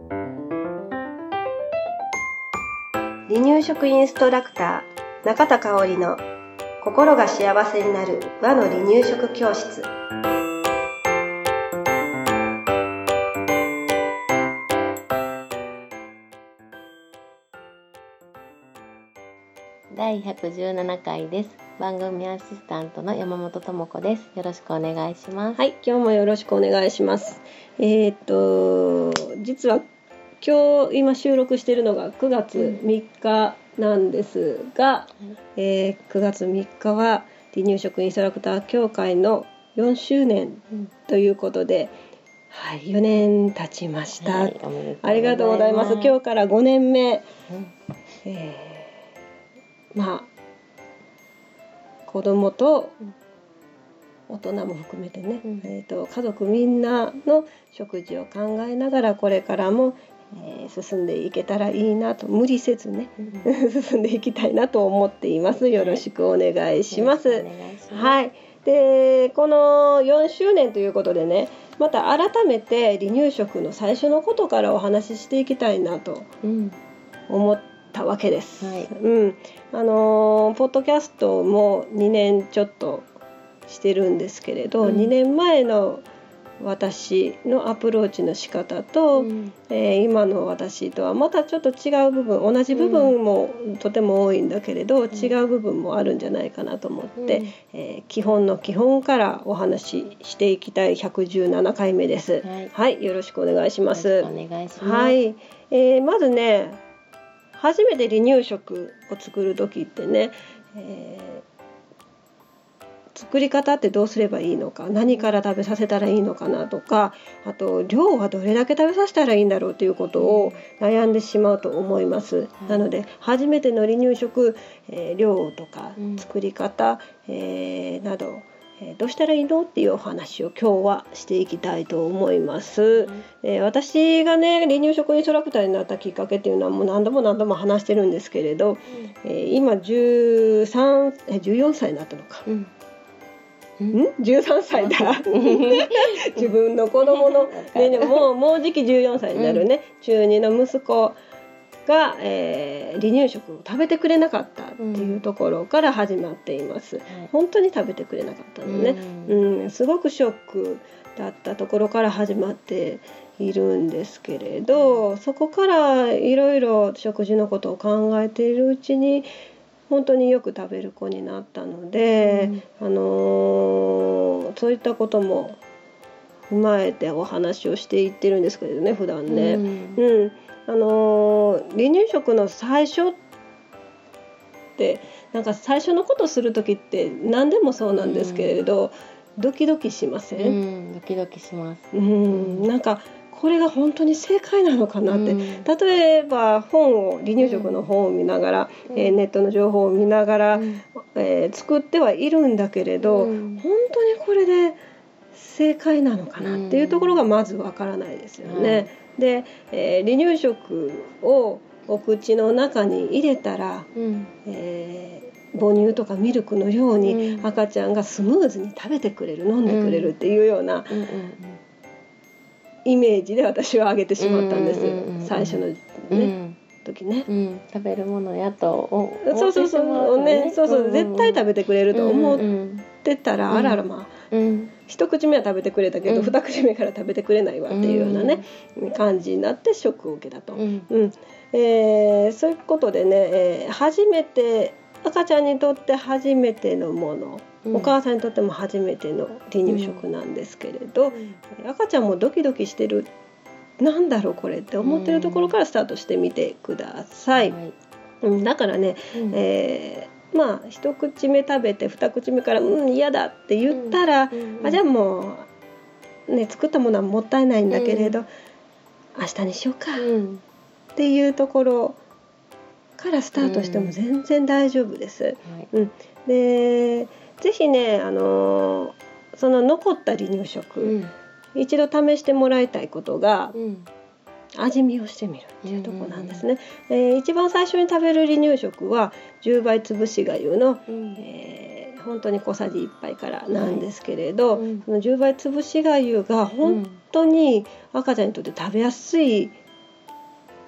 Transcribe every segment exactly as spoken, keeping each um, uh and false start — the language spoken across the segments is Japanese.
離乳食インストラクター中田香織の心が幸せになる和の離乳食教室。 だいひゃくじゅうななかいです。番組アシスタントの山本智子です。よろしくお願いします。 はい、今日もよろしくお願いします。えー、っと実は今日今収録しているのがくがつみっかなんですが、うんえー、くがつみっかは離乳食インストラクター協会のよんしゅうねんということで、はい、よねん経ちました、はい、ありがとうございます。今日からごねんめ、うんえー、まあ子供と大人も含めてね、うんえー、と家族みんなの食事を考えながらこれからもえー、進んでいけたらいいなと無理せずね、うん、進んでいきたいなと思っています。よろしくお願いします。はい。で、このよんしゅうねんということでね、また改めて離乳食の最初のことからお話ししていきたいなと思ったわけです。うんはいうん、あのポッドキャストもにねんちょっとしてるんですけれど、うん、にねんまえの私のアプローチの仕方と、うんえー、今の私とはまたちょっと違う部分、同じ部分もとても多いんだけれど、うん、違う部分もあるんじゃないかなと思って、うんえー、基本の基本からお話ししていきたいひゃくじゅうななかいめです。はい、はい、よろしくお願いします。 よろしくお願いします。 はい、えー、まずね、初めて離乳食を作る時ってね、えー作り方ってどうすればいいのか、何から食べさせたらいいのかなとか、あと量はどれだけ食べさせたらいいんだろうということを悩んでしまうと思います、うん、なので初めての離乳食、えー、量とか作り方、うんえー、など、えー、どうしたらいいのっていうお話を今日はしていきたいと思います、うんえー、私がね離乳食インストラクターになったきっかけっていうのはもう何度も何度も話してるんですけれど、うんえー、今じゅうさん、じゅうよんさいになったのか、うんんじゅうさんさいだ自分の子供の、ね、もうもうじきじゅうよんさいになるね、うん、中にの息子が、えー、離乳食を食べてくれなかったっていうところから始まっています、うん、本当に食べてくれなかったのね、うんうん、すごくショックだったところから始まっているんですけれど、そこからいろいろ食事のことを考えているうちに本当によく食べる子になったので、うんあのー、そういったことも踏まえてお話をしていってるんですけどね、普段ね、うんうんあのー、離乳食の最初ってなんか最初のことする時って何でもそうなんですけれど、うん、ドキドキしません？ うん、ドキドキします、 うん、なんかこれが本当に正解なのかなって、うん、例えば本を離乳食の本を見ながら、うんえー、ネットの情報を見ながら、うんえー、作ってはいるんだけれど、うん、本当にこれで正解なのかなっていうところがまずわからないですよね、うん、で、えー、離乳食をお口の中に入れたら、うんえー、母乳とかミルクのように赤ちゃんがスムーズに食べてくれる、飲んでくれるっていうような、うんうんうんイメージで私は上げてしまったんです、うんうんうん、最初の、ねうん、時ね、 うん、食べるものやとそうそうそうね、そうそう、うんうん、絶対食べてくれると思ってたら、うんうん、あららまあ、うん、一口目は食べてくれたけど、うん、二口目から食べてくれないわっていうようなね、うん、感じになってショックを受けたと、うんうんえー、そういうことでね、えー、初めて赤ちゃんにとって初めてのもの、うん、お母さんにとっても初めての離乳食なんですけれど、うん、赤ちゃんもドキドキしてる、なんだろうこれって思ってるところからスタートしてみてください、うん、だからね、うんえー、まあ一口目食べて二口目からうん嫌だって言ったら、うんうん、あじゃあもう、ね、作ったものはもったいないんだけれど、うん、明日にしようかっていうところからスタートしても全然大丈夫です、うんうん、でぜひね、あのー、その残った離乳食、うん、一度試してもらいたいことが、うん、味見をしてみるっていうところなんですね、うんうんうんえー、一番最初に食べる離乳食はじゅうばいつぶしがゆの、うんえー、本当に小さじいっぱいからなんですけれど、はいうん、そのじゅうばいつぶしがゆが本当に赤ちゃんにとって食べやすい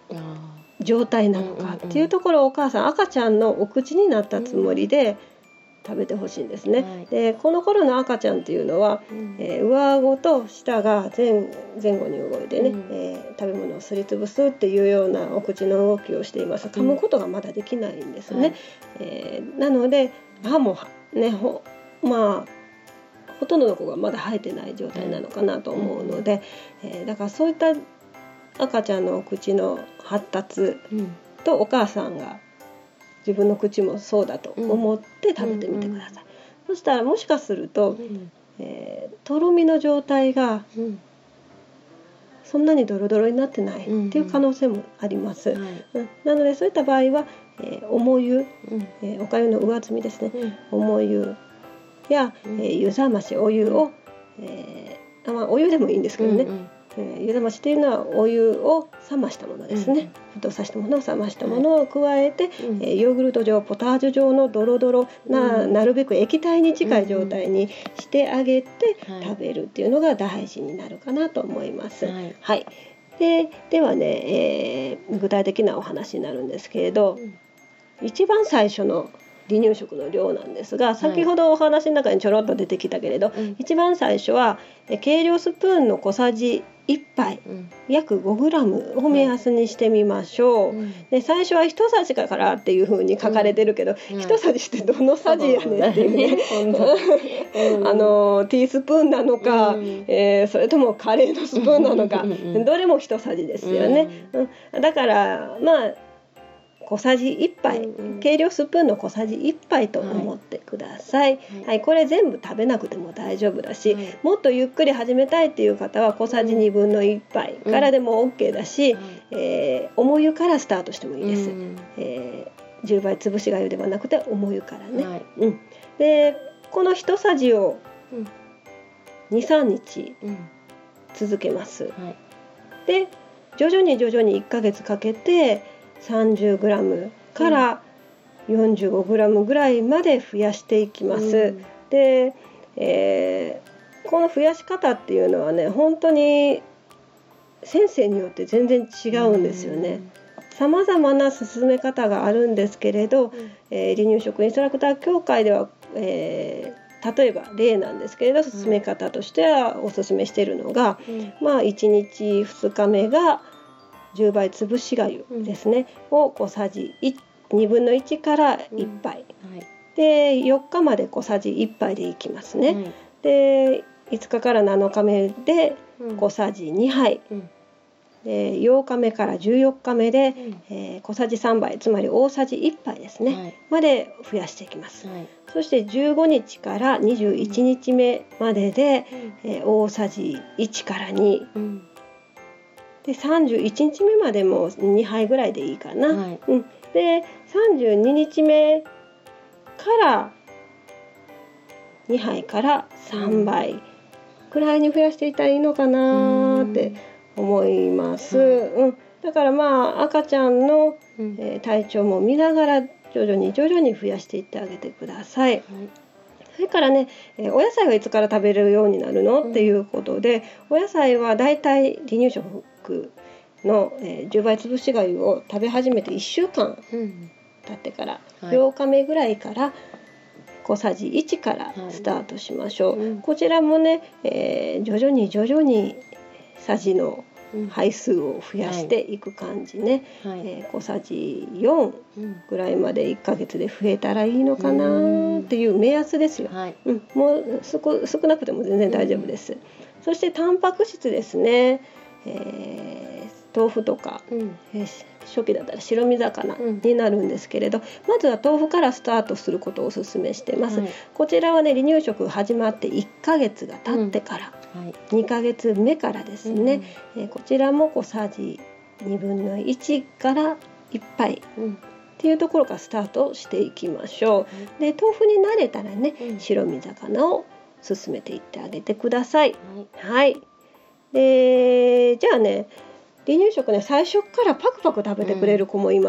状態なのかっていうところをお母さん赤ちゃんのお口になったつもりで食べてほしいんですね、はい、でこの頃の赤ちゃんっていうのは、うんえー、上顎と舌が 前, 前後に動いてね、うんえー、食べ物をすりつぶすっていうようなお口の動きをしています。噛むことがまだできないんですね、はいえー、なので歯もねほまあほとんどの子がまだ生えてない状態なのかなと思うので、うんえー、だからそういった赤ちゃんのお口の発達とお母さんが自分の口もそうだと思って食べてみてください、うんうん、そしたらもしかすると、うんえー、とろみの状態がそんなにドロドロになってないっていう可能性もあります、うんうん、なのでそういった場合は、えー、重湯、うんえー、おかゆの上澄みですね、うん、重湯や、うんえー、湯冷ましお湯を、えーまあ、お湯でもいいんですけどね、うんうんえー、湯冷ましというのはお湯を冷ましたものですね、うん、沸騰させたものを冷ましたものを加えて、はいえー、ヨーグルト状ポタージュ状のドロドロな、うん、なるべく液体に近い状態にしてあげて食べるっていうのが大事になるかなと思います、はいはい、で, ではね、えー、具体的なお話になるんですけれど、うん、一番最初の離乳食の量なんですが、先ほどお話の中にちょろっと出てきたけれど、はい、一番最初は計量スプーンの小さじいっぱい、うん、約 ごグラム を目安にしてみましょう、はい、で最初は一さじからっていう風に書かれてるけど、うん、一さじってどのさじやねんっていうね、うん、あのティースプーンなのか、うんえー、それともカレーのスプーンなのか、うん、どれも一さじですよね、うんうん、だからまあ小さじいっぱい、うんうん、計量スプーンの小さじいっぱいと思ってください、はいはい、これ全部食べなくても大丈夫だし、はい、もっとゆっくり始めたいっていう方は小さじにぶんのいっぱいからでも OK だし、うんえー、重湯からスタートしてもいいです、うんえー、じゅうばい潰しがゆではなくて重湯からね、はいうん、でこの一さじを にさんにち続けます、うんはい、で徐々に徐々にいっかげつかけてさんじゅうグラムからよんじゅうごグラムぐらいまで増やしていきます、うん、で、えー、この増やし方っていうのはね本当に先生によって全然違うんですよね、さまざまな進め方があるんですけれど、うんえー、離乳食インストラクター協会では、えー、例えば例なんですけれど進め方としてはおすすめしているのが、うん、まあいちにちふつかめがじゅうばい潰しがゆですね、うん、を小さじにぶんのいちからいっぱい、うんはい、でよっかまで小さじいっぱいでいきますね、うん、でいつかからなのかめで小さじにはい、うん、でようかめからじゅうよっかめで、うんえー、小さじさんばいつまり大さじいっぱいですね、はい、まで増やしていきます、はい、そしてじゅうごにちからにじゅういちにちめまでで、うんえー、大さじいちからに、うんでさんじゅういちにちめまでもにはいぐらいでいいかな、はいうん、でさんじゅうににちめからにはいからさんばいくらいに増やしていったらいいのかなって思います、うんうん、だからまあ赤ちゃんの、えー、体調も見ながら徐々に徐々に増やしていってあげてください、はいそれからね、えー、お野菜はいつから食べれるようになるの、うん、っていうことでお野菜はだいたい離乳食の、えー、じゅうばい潰しがゆを食べ始めていっしゅうかん経ってから、うん、ようかめぐらいから小さじいちからスタートしましょう、はいうん、こちらもね、えー、徐々に徐々にさじの配数を増やしていく感じね、はいえー、小さじよんぐらいまでいっかげつで増えたらいいのかなっていう目安ですよ、はいうん、もう少少なくても全然大丈夫です、うん、そしてタンパク質ですね、えー、豆腐とか、うんえー、初期だったら白身魚になるんですけれど、うん、まずは豆腐からスタートすることをお勧めしてます、はい、こちらはね離乳食始まっていっかげつが経ってから、うんはい、にかげつめからですね、うんえー、こちらも小さじにぶんのいちからいっぱい、うんっていうところからスタートしていきましょう、はい、で豆腐に慣れたらね、うん、白身魚を進めていってあげてください、はい、はい、でじゃあね離乳食ね最初からパクパク食べてくれる子もいます、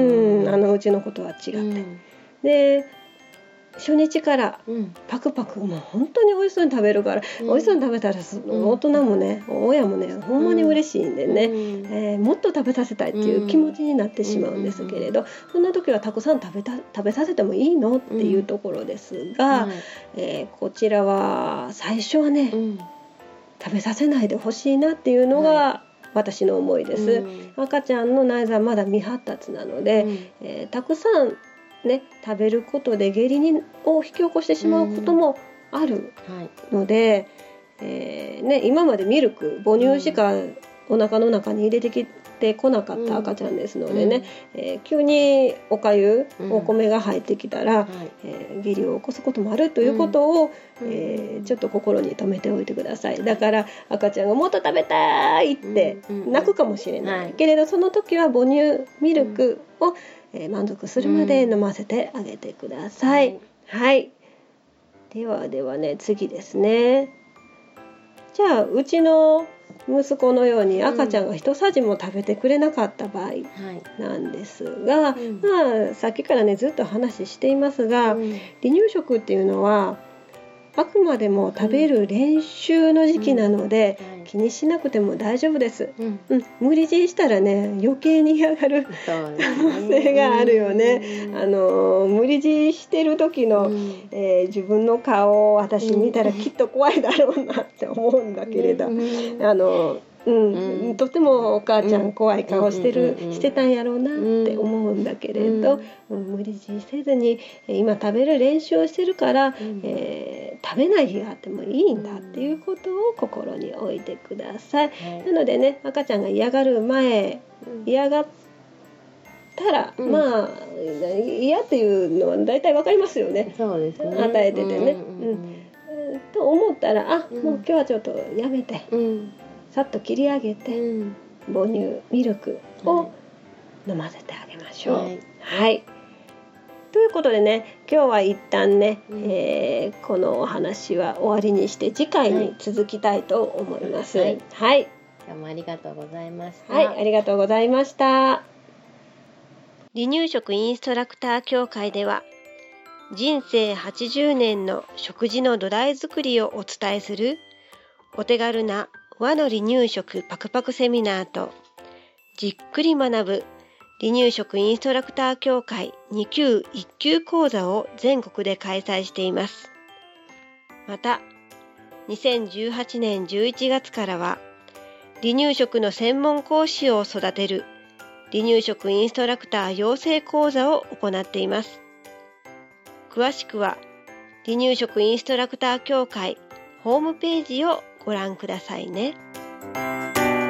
うん、そうですね、 うんあのうちの子とは違って、うん、で初日からうんパクパクもう本当に美味しそうに食べるから、 うん美味しそうに食べたらその大人もね、親もねほんまに嬉しいんでね、 うんえーもっと食べさせたいっていう気持ちになってしまうんですけれど、そんな時はたくさん食べた食べさせてもいいのっていうところですが、 はいえーこちらは最初はね、 うん食べさせないでほしいなっていうのが私の思いです、 うん赤ちゃんの内臓はまだ未発達なので、 うんえーたくさんね食べることで下痢にを引き起こしてしまうこともあるはいので、えーね、今までミルク母乳しかお腹の中に入れてきてこなかった赤ちゃんですのでね、えー急におかゆ、 うんお米が入ってきたら、 はいえー下痢を起こすこともあるということを、 うんえーちょっと心に留めておいてください。だから赤ちゃんがもっと食べたいってうん泣くかもしれない、 はいけれどその時は母乳ミルクを、えー満足するまで飲ませてあげてください、はい、ではではね次ですね。じゃあうちの息子のように赤ちゃんが一さじも食べてくれなかった場合はいなんですが、 うんまあさっきからねずっと話していますが、 うん離乳食っていうのはあくまでも食べる練習の時期なので、 はい気にしなくても大丈夫です、 うんうん、無理強いしたらね余計に嫌がるそうです可能性があるよね、 うんあの無理強いしてる時の、 うんえー自分の顔を私見たらきっと怖いだろうなって思うんだけれど、 うんあのうんうんとてもお母ちゃうんん怖い顔してる、 うんしてたんやろうなって思うんだけれど、うん無理強いせずにえー今食べる練習をしてるから、 うんえー食べない日があってもいいんだっていうことを心に置いてください。 はいなのでね赤ちゃんが嫌がる前嫌がったら、 うんまあ嫌っていうのは大体わかりますよね。 そうですね与えててねうんえーと思ったらあ、 うんもう今日はちょっとやめてうんさっと切り上げうて、 ん母乳ミルクはを飲ませてあげましょう。 はいはいということでね今日は一旦ね、 うんえーこのお話は終わりにして次回に続きたいと思います。 ははいい、はい今日もありがとうございました。 はい、ありがとうございました。離乳食インストラクター協会では人生はちじゅうねんの食事の土台作りをお伝えするお手軽な和の離乳食パクパクセミナーとじっくり学ぶ離乳食インストラクター協会に級いっ級講座を全国で開催しています。またにせんじゅうはちねんじゅういちがつからは離乳食の専門講師を育てる離乳食インストラクター養成講座を行っています。詳しくは離乳食インストラクター協会ホームページをご覧くださいね。